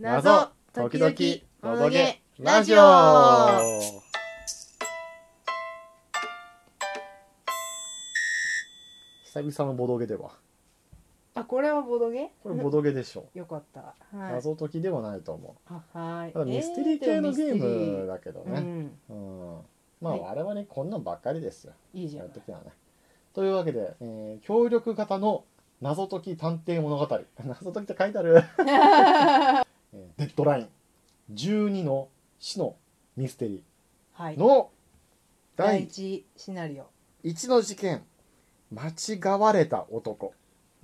謎時々ボドゲラジオ。 久々のボドゲでは。 あ、これはボドゲ？ これボドゲでしょ。 よかった。はい、 謎解きではないと思う。 はい。 ただミステリー系のゲームだけどね。まあ我々こんなんばっかりですよ。 いいじゃん。 やるときはね。というわけで、協力型の謎解き探偵物語。謎解きって書いてある。デッドライン12の死のミステリーの第1シナリオ 1の事件、間違われた男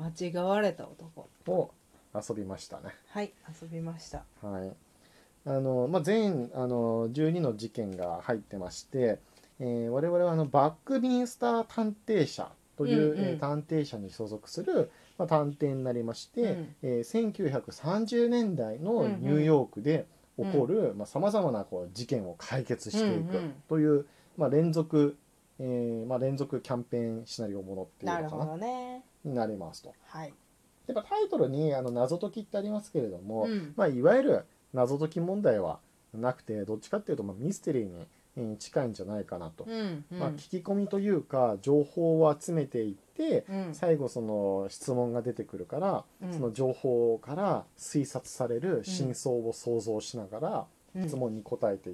を遊びましたね。 はい、遊びました。 はい。全12の事件が入ってまして、我々はバックミンスター探偵社という、探偵社に所属する、探偵になりまして、1930年代のニューヨークで起こるさまざまな事件を解決していくという、連続キャンペーンシナリオものっていうのかな、になりますと。 はい、 やっぱタイトルに謎解きってありますけれども、いわゆる謎解き問題はなくて、どっちかっていうとミステリーに近いんじゃないかなと。聞き込みというか情報を集めていって、最後その質問が出てくるから、その情報から推察される真相を想像しながら、質問に答えていって、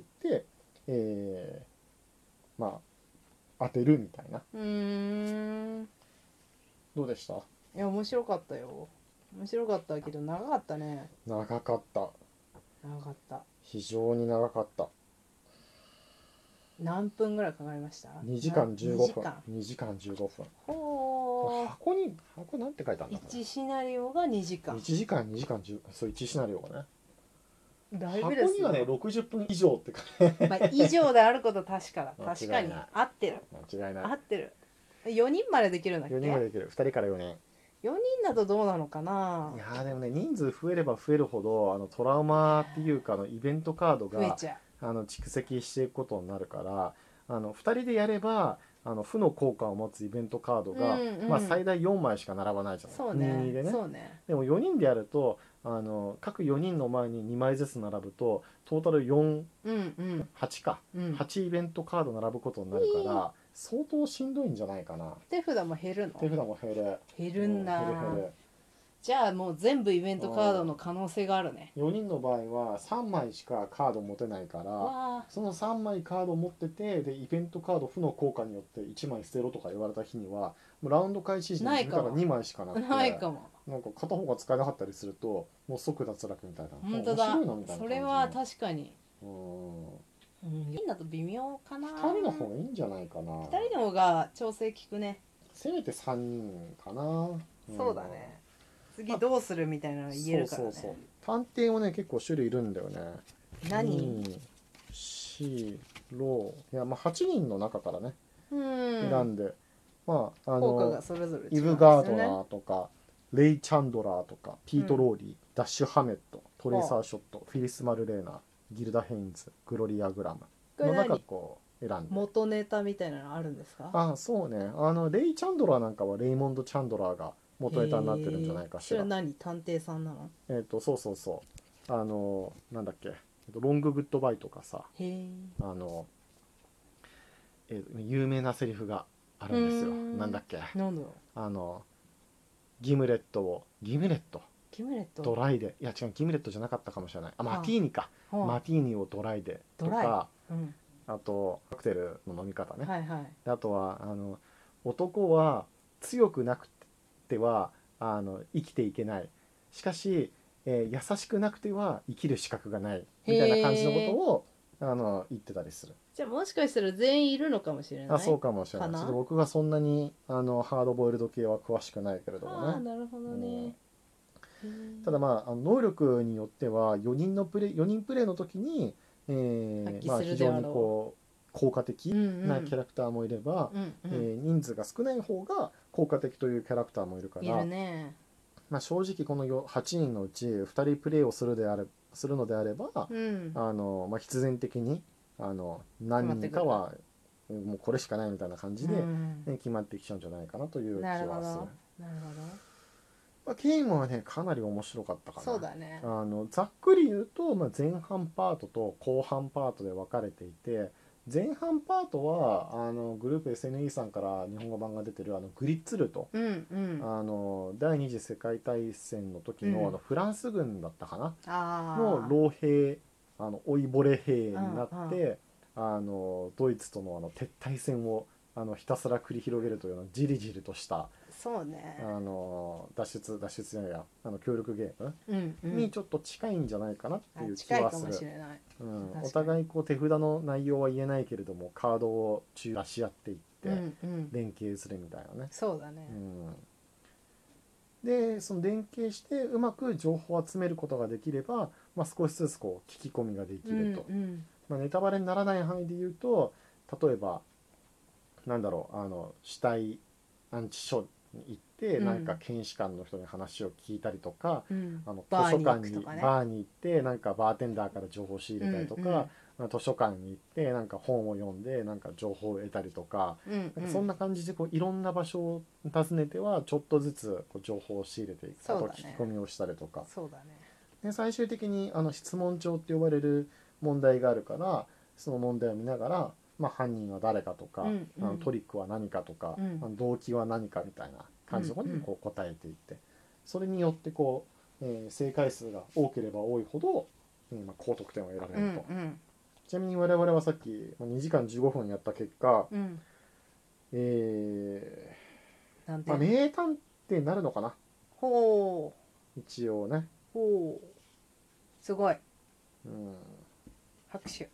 当てるみたいな。どうでした？ いや、面白かったよ。面白かったけど長かったね。 長かった。非常に長かった。 何分ぐらいかかりました？ 2 時間15分。2時間15分。箱なんて書いてあるんだ。 1シナリオが2時間。 1時間2時間10、そう1シナリオがね。 だいぶですね。 箱にはね60分以上って書いてある。 以上であること確かだ。確かに合ってる。 間違いない。 合ってる。4人までできるんだっけ？ 4人までできる。2人から4人。 4人だとどうなのかな。 いやでもね、人数増えれば増えるほどトラウマっていうかイベントカードが蓄積していくことになるから、2人でやれば負の効果を持つイベントカードが、最大4枚しか並ばないじゃない。 そうね。 2でね。 そうね。 でも4人でやると各4人の前に2枚ずつ並ぶとトータル4、8か、8イベントカード並ぶことになるから、相当しんどいんじゃないかな。 手札も減るの？ 手札も減る。 減るんだ。じゃあもう全部イベントカードの可能性があるね。 4人の場合は3枚しかカード持てないから、その3枚カード持ってて、でイベントカード負の効果によって1枚捨てろとか言われた日には、もうラウンド開始時に自分から2枚しかなくて、 ないかも。 なんか片方が使えなかったりするともう即脱落みたいな。 本当だ。それは確かに。4人だと微妙かな。 2人の方がいいんじゃないかな。 2人の方が調整効くね。 せめて3人かな。 そうだね。次どうするみたいなの言えるからね。 そう探偵もね結構種類いるんだよね。 何 ？4、6、いや8人の中からね選んで、 効果がそれぞれ違うんですよね。 イブ・ガードナーとかレイ・チャンドラーとかピート・ローリー、ダッシュ・ハメット、トレーサー・ショット、フィリス・マルレーナー、ギルダ・ヘインズ、グロリア・グラムの中こう選んで。 元ネタみたいなのあるんですか？ そうね。レイ・チャンドラーなんかはレイモンド・チャンドラーが元ネタになってるんじゃないかしら。 それ何？探偵さんなの？ そうなんだっけ、ロング・グッドバイとかさ、有名なセリフがあるんですよ。なんだっけ、 なんだろう。 ギムレットドライで、いや違う、ギムレットじゃなかったかもしれない。マティーニか、マティーニをドライでとか、あとカクテルの飲み方ね。あとは男は強くなくては生きていけない、しかし、優しくなくては生きる資格がないみたいな感じのことを言ってたりする。 じゃあもしかしたら全員いるのかもしれない。 そうかもしれない。ちょっと僕がそんなにハードボイルド系は詳しくないけれどもね。 なるほどね。 ただ能力によっては4人プレイの時に、非常に効果的なキャラクターもいれば、人数が少ない方が効果的というキャラクターもいるから、正直この8人のうち2人プレイをするのであれば、必然的に何人かはもうこれしかないみたいな感じで、決まってきちゃうんじゃないかなという気はする。 ゲームはねかなり面白かったかな。 そうだね。 ざっくり言うと、前半パートと後半パートで分かれていて、前半パートはグループ SNE さんから日本語版が出てるグリッツルト、 うんうん。 第二次世界大戦の時の、 うんフランス軍だったかなあの老兵、老いぼれ兵になうんって、ドイツとの撤退戦をひたすら繰り広げるというようなじりじりとしたそうね。 脱出じゃないや協力ゲームうんうん。 にちょっと近いんじゃないかなっていう気近いかもはする。 しれない。 お互いこう手札の内容は言えないけれどもカードを出し合っていってうんうん。 連携するみたいなね。 そうだね。 でその連携してうまく情報を集めることができれば、少しずつこう聞き込みができると。 うんネタバレにならない範囲で言うと、例えばなんだろう死体安置所に行って、なんか検視官の人に話を聞いたりとか、 うん図書館にバーに行くとかねバーに行ってなんかバーテンダーから情報を仕入れたりとか、図書館に行ってなんか本を読んでなんか情報を得たりとか、なんかそんな感じでこういろんな場所を訪ねてはちょっとずつこう情報を仕入れていく、あと聞き込みをしたりとか、 そうだね。 で最終的に質問帳って呼ばれる問題があるから、その問題を見ながら、犯人は誰かとか、トリックは何かとか、動機は何かみたいな感じのことにこう答えていって、それによってこう、正解数が多ければ多いほど、高得点を得られると。ちなみに我々はさっき2時間15分やった結果、名探偵になるのかな。 ほう一応ね。 ほうすごい。 うん拍手。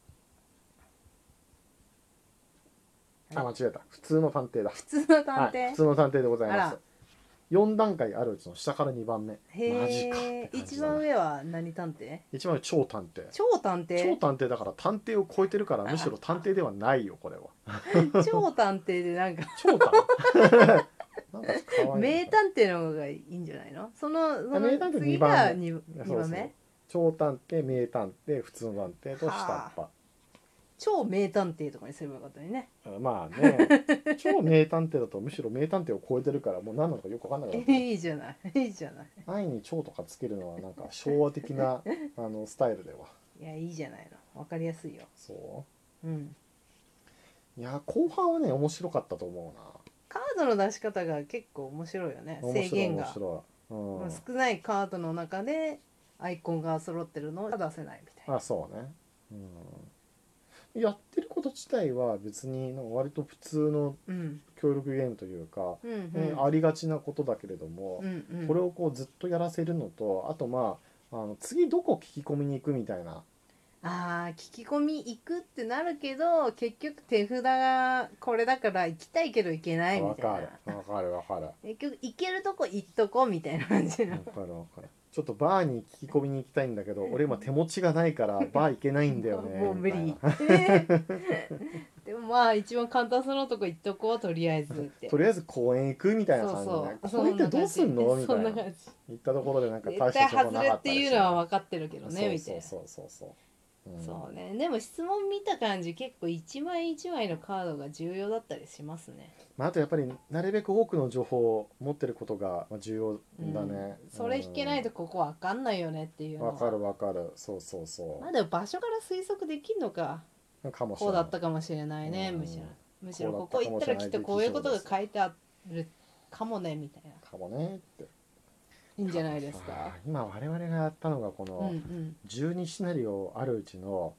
間違えた。普通の探偵だ。 普通の探偵、 普通の探偵でございます。4段階あるうちの下から2番目。 へマジかえ。一番上は何探偵？ 一番上超探偵。 超探偵？ 超探偵だから探偵を超えてるからむしろ探偵ではないよこれは。 超探偵でなんか超探なんか可愛い名探偵の方がいいんじゃないの？その名探偵次 2番が目。 2番目。 超探偵、名探偵、普通の探偵と下っ端。 超名探偵とかにすればよかったね。 まあね、超名探偵だとむしろ名探偵を超えてるからもう何なのかよく分かんなくなっていいじゃないいいじゃない。 愛に超とかつけるのはなんか昭和的なスタイルでは。 いやいいじゃないの。分かりやすいよ。 そうんいや後半はね面白かったと思うな。 カードの出し方が結構面白いよね。制限が面白い、 少ないカードの中でアイコンが揃ってるのを出せないみたいな。 そうね、やってること自体は別になんか割と普通の協力ゲームというか、ありがちなことだけれども、これをこうずっとやらせるのと、あと次どこ聞き込みに行くみたいな。 聞き込み行くってなるけど結局手札がこれだから行きたいけど行けないみたいな。 わかる結局行けるとこ行っとこうみたいな感じの。 わかるちょっとバーに聞き込みに行きたいんだけど俺今手持ちがないからバー行けないんだよねもう無理でも一番簡単そうなとこ行っとこうとりあえずってとりあえず公園行くみたいな感じで、公園ってどうすんのみたいな。行ったところでなんか大した情報なかったりして、絶対外れっていうのは分かってるけどねみたいな。そうね。でも質問見た感じ結構一枚一枚のカードが重要だったりしますね。 あとやっぱりなるべく多くの情報を持ってることが重要だね。 それ引けないとここ分かんないよねっていうのは。 分かる。そうでも場所から推測できるのか。こうだったかもしれないね。むしろここ行ったらきっとこういうことが書いてあるかもねみたいな。 かもねって。 いいんじゃないですか。 今我々がやったのがこの12シナリオあるうちの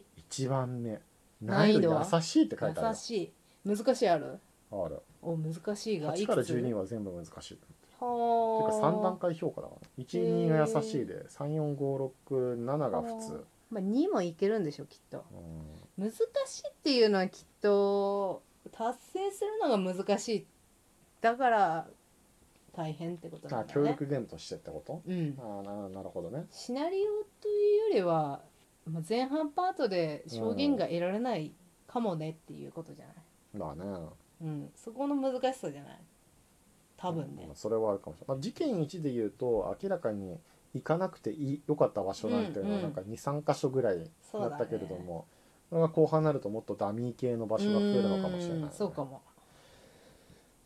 1番目。難易度優しいって書いてある。 優しい。難しいある？ ある。 難しいが 8から12は全部難しい。っていうか 3 3段階評価だから。1、2が優しいで、3、4、5、6、7が普通。 2もいけるんでしょきっと。難しいっていうのはきっと達成するのが難しい。だから大変ってことなんだね。 協力ゲームとしてってこと？なるほどね。 シナリオというよりは、前半パートで証言が得られないかもねっていうことじゃない。そこの難しさじゃない多分ね。 それはあるかもしれない。事件1で言うと明らかに行かなくてよかった場所なんていうのはなんか 2,3 箇所ぐらいだったけれども、それが後半になるともっとダミー系の場所が増えるのかもしれない、 そうかも。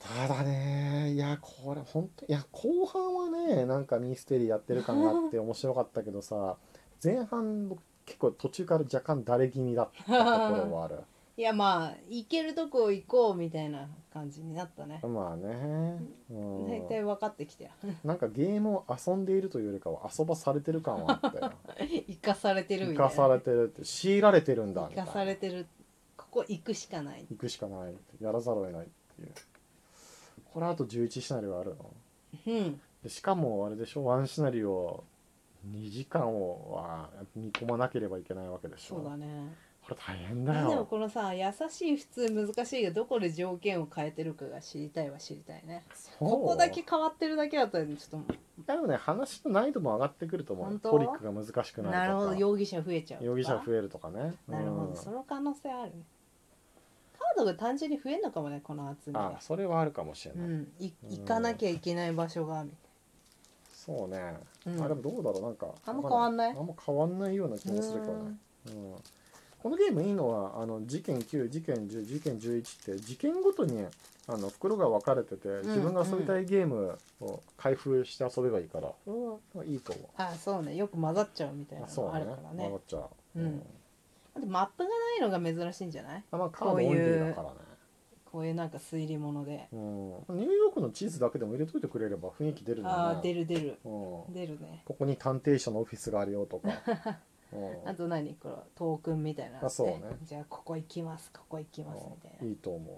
ただね、いやこれ本当いや後半はねなんかミステリーやってる感があって面白かったけどさ、前半僕結構途中から若干だれ気味だったところはある。 いやまあ行けるとこ行こうみたいな感じになったね。 まあね、 大体分かってきたよ。 なんかゲームを遊んでいるというよりかは遊ばされてる感はあったよ。 生かされてる生みたいな。 かされてるって強いられてるんだみ生たいな。 かされてる。ここ行くしかない。 行くしかない、やらざるを得ないっていう。これあと11シナリオあるの。 うんでしかもあれでしょ、ワンシナリオ2時間をは見込まなければいけないわけでしょ。 そうだね。 これ大変だでもよ。 このさ優しい普通難しいがどこで条件を変えてるかが知りたいは知りたいね。 そうここだけ変わってるだけだったらちょっでもね話の難易度も上がってくると思うよ。 本当トリックが難しくなるとか。 となるほど容疑者増えちゃうとか。 容疑者増えるとかね。 なるほど、その可能性あるね。カードが単純に増えるのかもねこの集めが。 それはあるかもしれない。 行かなきゃいけない場所がみたいそうね、 うんでもどうだろう、なんかあんま変わんないあんま変わんないような気もするけどね。このゲームいいのは事件9、事件10、事件11って事件ごとに袋が分かれてて、自分が遊びたいゲームを開封して遊べばいいから、いいと思う。 あそうね、よく混ざっちゃうみたいなのがあるからね。 混ざっちゃう。 あとマップがないのが珍しいんじゃない？ カードオンリーだからね。 こういうなんか推理物で、 ニューヨークの地図だけでも入れといてくれれば雰囲気出るんだね。 出る出る、出るね。 ここに探偵社のオフィスがあるよとかあと何これトークンみたいなの、 そうね。 じゃあここ行きますここ行きますみたいな。 いいと思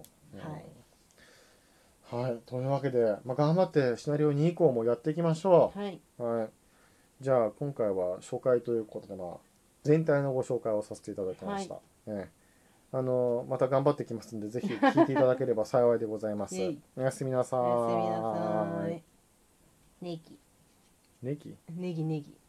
う。 はい、というわけで、頑張ってシナリオ2以降もやっていきましょう。はい、 じゃあ今回は初回ということで、全体のご紹介をさせていただきました。また頑張ってきますので、ぜひ聞いていただければ幸いでございます。おやすみなさい。 おやすみなさい。ネギネギネギネギ